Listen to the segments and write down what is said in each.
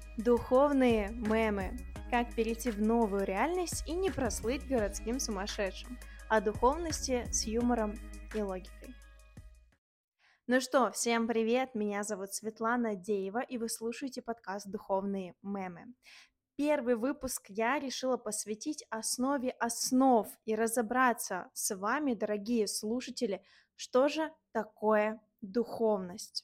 Духовные мемы. Как перейти в новую реальность и не прослыть городским сумасшедшим. О духовности с юмором и логикой. Ну что, всем привет! Меня зовут Светлана Деева, и вы слушаете подкаст «Духовные мемы». Первый выпуск я решила посвятить основе основ и разобраться с вами, дорогие слушатели, что же такое духовность.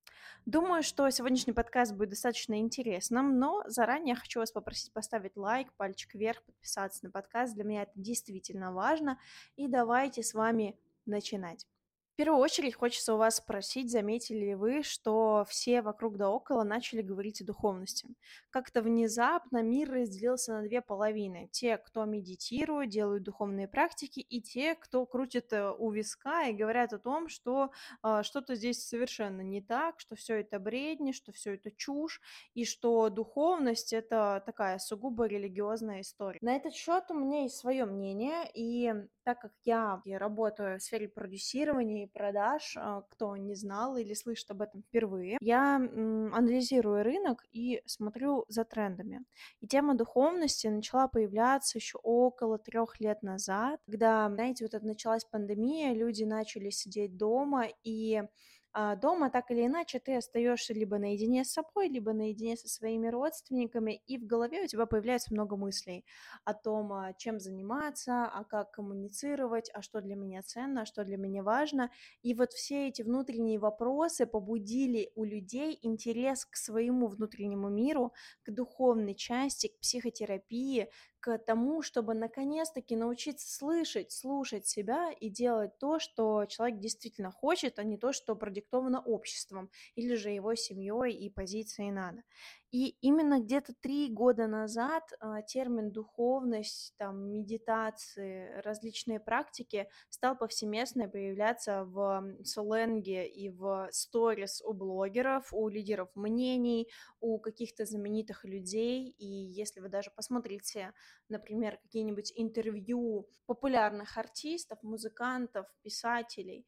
Думаю, что сегодняшний подкаст будет достаточно интересным, но заранее хочу вас попросить поставить лайк, пальчик вверх, подписаться на подкаст. Для меня это действительно важно. И давайте с вами начинать. В первую очередь хочется у вас спросить, заметили ли вы, что все вокруг да около начали говорить о духовности. Как-то внезапно мир разделился на две половины. Те, кто медитирует, делают духовные практики, и те, кто крутит у виска и говорят о том, что что-то здесь совершенно не так, что все это бредни, что все это чушь, и что духовность — это такая сугубо религиозная история. На этот счет у меня есть свое мнение, и так как я работаю в сфере продюсирования и продаж, кто не знал или слышит об этом впервые, я анализирую рынок и смотрю за трендами. И тема духовности начала появляться еще около 3 лет назад, когда, знаете, вот это началась пандемия, люди начали сидеть дома, и дома так или иначе ты остаешься либо наедине с собой, либо наедине со своими родственниками, и в голове у тебя появляется много мыслей о том, чем заниматься, а как коммуницировать, а что для меня ценно, а что для меня важно. И вот все эти внутренние вопросы побудили у людей интерес к своему внутреннему миру, к духовной части, к психотерапии, к тому, чтобы наконец-таки научиться слышать, слушать себя и делать то, что человек действительно хочет, а не то, что продиктовано обществом или же его семьей и позицией надо. И именно где-то 3 года назад термин духовность, там, медитации, различные практики стал повсеместно появляться в сленге и в сторис у блогеров, у лидеров мнений, у каких-то знаменитых людей. И если вы даже посмотрите, например, какие-нибудь интервью популярных артистов, музыкантов, писателей,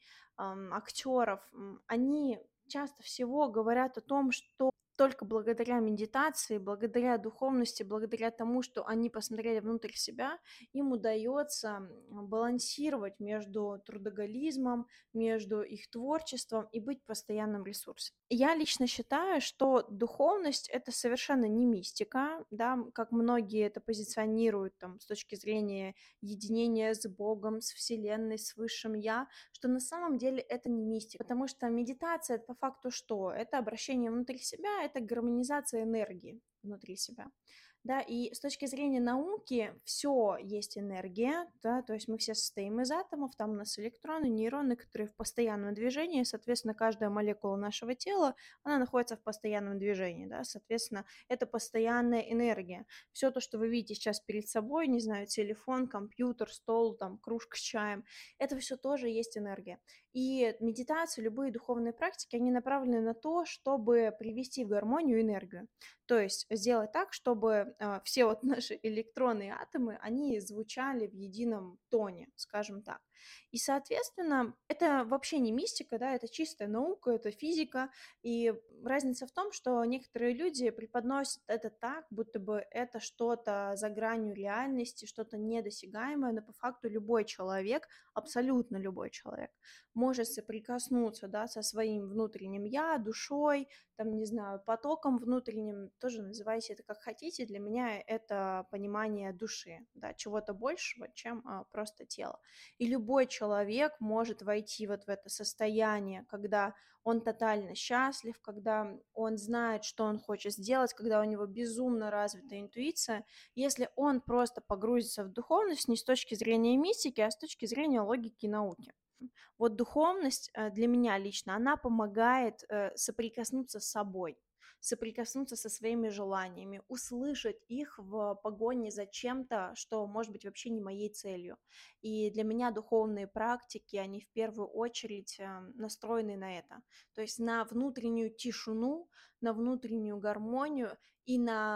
актеров, они часто всего говорят о том, что только благодаря медитации, благодаря духовности, благодаря тому, что они посмотрели внутрь себя, им удается балансировать между трудоголизмом, между их творчеством и быть постоянным ресурсом. Я лично считаю, что духовность — это совершенно не мистика, да, как многие это позиционируют там, с точки зрения единения с Богом, с Вселенной, с Высшим Я, что на самом деле это не мистика, потому что медитация — это по факту что? Это обращение внутрь себя, это гармонизация энергии внутри себя. Да, и с точки зрения науки все есть энергия, да, то есть мы все состоим из атомов, там у нас электроны, нейроны, которые в постоянном движении, соответственно, каждая молекула нашего тела, она находится в постоянном движении, да, соответственно, это постоянная энергия. Все то, что вы видите сейчас перед собой, не знаю, телефон, компьютер, стол, там, кружка с чаем, это все тоже есть энергия. И медитация, любые духовные практики, они направлены на то, чтобы привести в гармонию энергию. То есть сделать так, чтобы все вот наши электроны и атомы, они звучали в едином тоне, скажем так. И, соответственно, это вообще не мистика, да, это чистая наука, это физика. И разница в том, что некоторые люди преподносят это так, будто бы это что-то за гранью реальности, что-то недосягаемое, но по факту любой человек, абсолютно любой человек, может соприкоснуться, да, со своим внутренним я, душой, там, не знаю, потоком внутренним, тоже называйте это как хотите, для меня это понимание души, да, чего-то большего, чем просто тело. И любой человек может войти вот в это состояние, когда он тотально счастлив, когда он знает, что он хочет сделать, когда у него безумно развита интуиция, если он просто погрузится в духовность не с точки зрения мистики, а с точки зрения логики и науки. Вот духовность для меня лично, она помогает соприкоснуться с собой, соприкоснуться со своими желаниями, услышать их в погоне за чем-то, что может быть вообще не моей целью. И для меня духовные практики, они в первую очередь настроены на это, то есть на внутреннюю тишину, на внутреннюю гармонию и на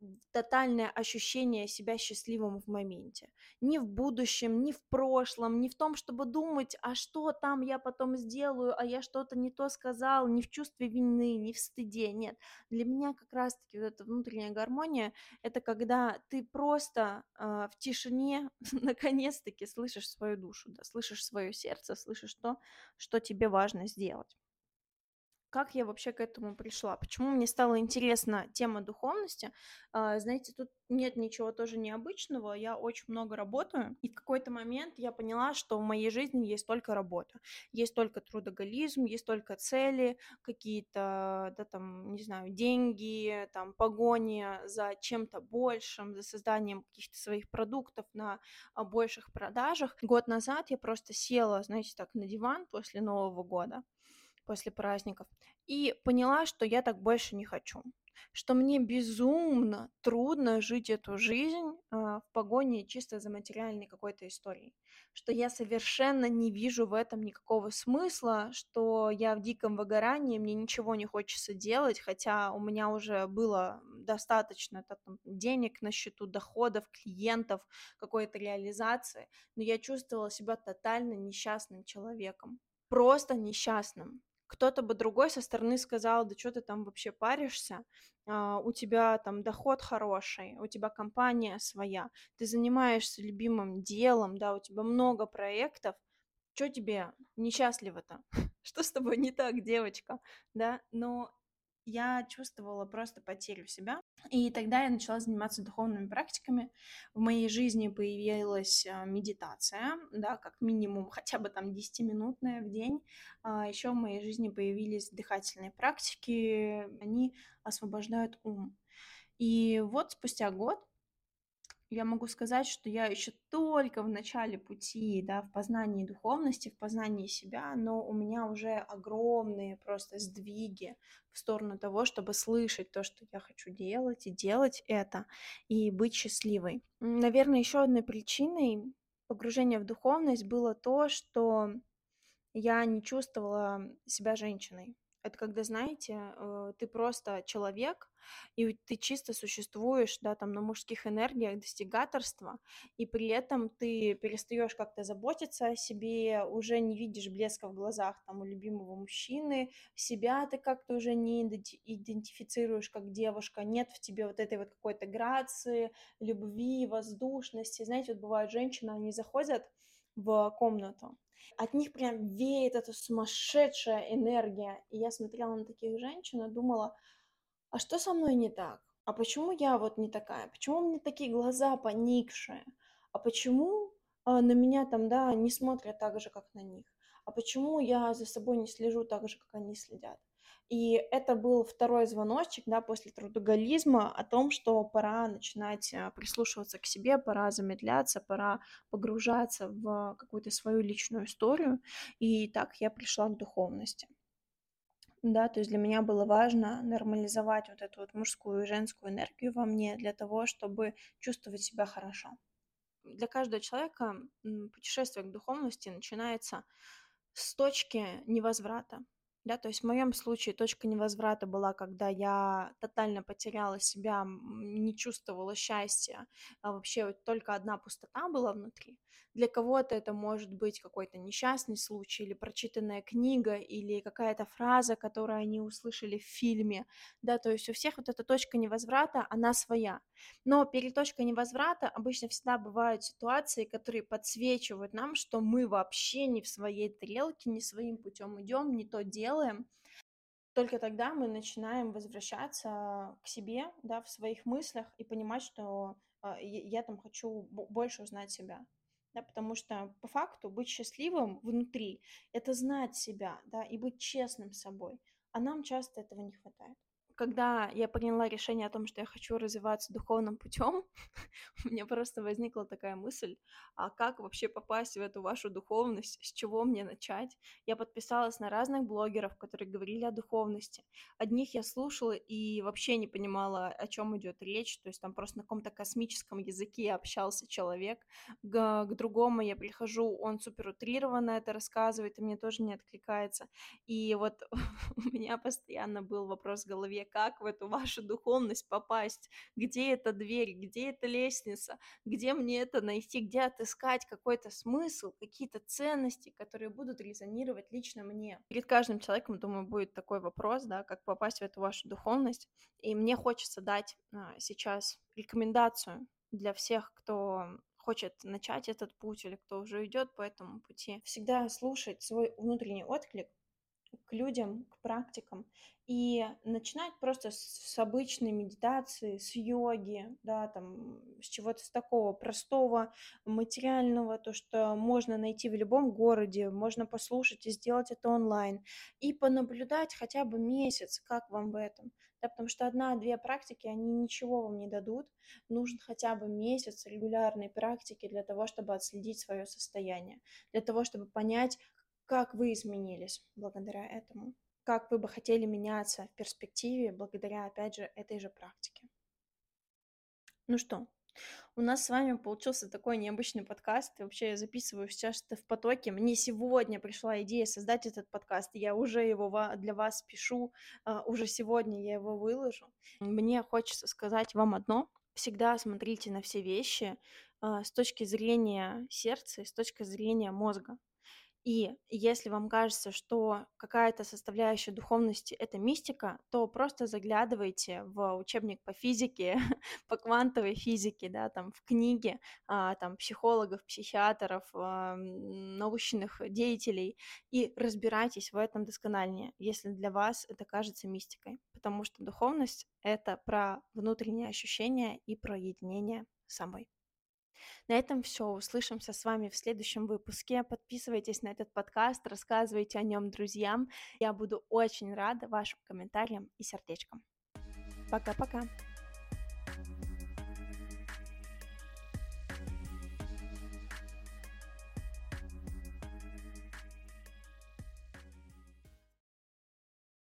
тотальное ощущение себя счастливым в моменте. Ни в будущем, ни в прошлом, ни в том, чтобы думать, а что там я потом сделаю, а я что-то не то сказал, ни в чувстве вины, ни в стыде. Нет, для меня как раз-таки вот эта внутренняя гармония — это когда ты просто в тишине наконец-таки слышишь свою душу, да, слышишь свое сердце, слышишь то, что тебе важно сделать. Как я вообще к этому пришла? Почему мне стала интересна тема духовности? Знаете, тут нет ничего тоже необычного. Я очень много работаю, и в какой-то момент я поняла, что в моей жизни есть только работа, есть только трудоголизм, есть только цели, какие-то, да, там, не знаю, деньги, там, погони за чем-то большим, за созданием каких-то своих продуктов на больших продажах. Год назад я просто села, знаете, так на диван после Нового года, после праздников, и поняла, что я так больше не хочу, что мне безумно трудно жить эту жизнь в погоне чисто за материальной какой-то историей, что я совершенно не вижу в этом никакого смысла, что я в диком выгорании, мне ничего не хочется делать, хотя у меня уже было достаточно там, денег на счету, доходов, клиентов, какой-то реализации, но я чувствовала себя тотально несчастным человеком, просто несчастным. Кто-то бы другой со стороны сказал: "Да чё ты там вообще паришься? У тебя там доход хороший, у тебя компания своя, ты занимаешься любимым делом, да, у тебя много проектов. Чё тебе несчастливо-то? Что с тобой не так, девочка?" Да, но я чувствовала просто потерю себя, и тогда я начала заниматься духовными практиками. В моей жизни появилась медитация, да, как минимум хотя бы там 10-минутная в день. Еще в моей жизни появились дыхательные практики, они освобождают ум. И вот спустя год я могу сказать, что я еще только в начале пути, да, в познании духовности, в познании себя, но у меня уже огромные просто сдвиги в сторону того, чтобы слышать то, что я хочу делать, и делать это, и быть счастливой. Наверное, еще одной причиной погружения в духовность было то, что я не чувствовала себя женщиной. Это когда, знаете, ты просто человек, и ты чисто существуешь, да, там на мужских энергиях достигаторства, и при этом ты перестаешь как-то заботиться о себе, уже не видишь блеска в глазах там у любимого мужчины, себя ты как-то уже не идентифицируешь как девушка, нет в тебе вот этой вот какой-то грации, любви, воздушности. Знаете, вот бывают женщины, они заходят в комнату, от них прям веет эта сумасшедшая энергия. И я смотрела на таких женщин и думала: "А что со мной не так? А почему я вот не такая? Почему у меня такие глаза поникшие? А почему, на меня там, да, не смотрят так же, как на них? А почему я за собой не слежу так же, как они следят?" И это был второй звоночек, да, после трудоголизма о том, что пора начинать, прислушиваться к себе, пора замедляться, пора погружаться в какую-то свою личную историю. И так я пришла к духовности. Да, то есть для меня было важно нормализовать вот эту вот мужскую и женскую энергию во мне для того, чтобы чувствовать себя хорошо. Для каждого человека путешествие к духовности начинается с точки невозврата. Да, то есть в моем случае точка невозврата была, когда я тотально потеряла себя, не чувствовала счастья, а вообще вот только одна пустота была внутри. Для кого-то это может быть какой-то несчастный случай или прочитанная книга, или какая-то фраза, которую они услышали в фильме. Да, то есть у всех вот эта точка невозврата, она своя. Но перед точкой невозврата обычно всегда бывают ситуации, которые подсвечивают нам, что мы вообще не в своей тарелке, не своим путем идем, не то делаем. Только тогда мы начинаем возвращаться к себе, да, в своих мыслях и понимать, что я там хочу больше узнать себя. Да, потому что по факту быть счастливым внутри — это знать себя, да, и быть честным с собой. А нам часто этого не хватает. Когда я приняла решение о том, что я хочу развиваться духовным путем, у меня просто возникла такая мысль: а как вообще попасть в эту вашу духовность, с чего мне начать? Я подписалась на разных блогеров, которые говорили о духовности. Одних я слушала и вообще не понимала, о чем идет речь, то есть там просто на каком-то космическом языке общался человек. К другому я прихожу, он супер утрированно это рассказывает, и мне тоже не откликается. И вот у меня постоянно был вопрос в голове, вообще, как в эту вашу духовность попасть, где эта дверь, где эта лестница, где мне это найти, где отыскать какой-то смысл, какие-то ценности, которые будут резонировать лично мне. Перед каждым человеком, думаю, будет такой вопрос, да, как попасть в эту вашу духовность. И мне хочется дать сейчас рекомендацию для всех, кто хочет начать этот путь или кто уже идет по этому пути. Всегда слушать свой внутренний отклик, к людям, к практикам и начинать просто с обычной медитации, с йоги, да, там, с чего-то с такого простого, материального, то, что можно найти в любом городе, можно послушать и сделать это онлайн, и понаблюдать хотя бы месяц, как вам в этом, да, потому что одна-две практики, они ничего вам не дадут, нужен хотя бы месяц регулярной практики для того, чтобы отследить свое состояние, для того, чтобы понять, как вы изменились благодаря этому? Как вы бы хотели меняться в перспективе благодаря, опять же, этой же практике? Ну что, у нас с вами получился такой необычный подкаст. И вообще я записываю сейчас это в потоке. Мне сегодня пришла идея создать этот подкаст. Я уже его для вас пишу. Уже сегодня я его выложу. Мне хочется сказать вам одно. Всегда смотрите на все вещи с точки зрения сердца и с точки зрения мозга. И если вам кажется, что какая-то составляющая духовности — это мистика, то просто заглядывайте в учебник по физике, по квантовой физике, да, там в книги там психологов, психиатров, научных деятелей и разбирайтесь в этом доскональнее, если для вас это кажется мистикой. Потому что духовность — это про внутренние ощущения и про единение с собой. На этом все. Услышимся с вами в следующем выпуске. Подписывайтесь на этот подкаст, рассказывайте о нем друзьям. Я буду очень рада вашим комментариям и сердечкам. Пока-пока.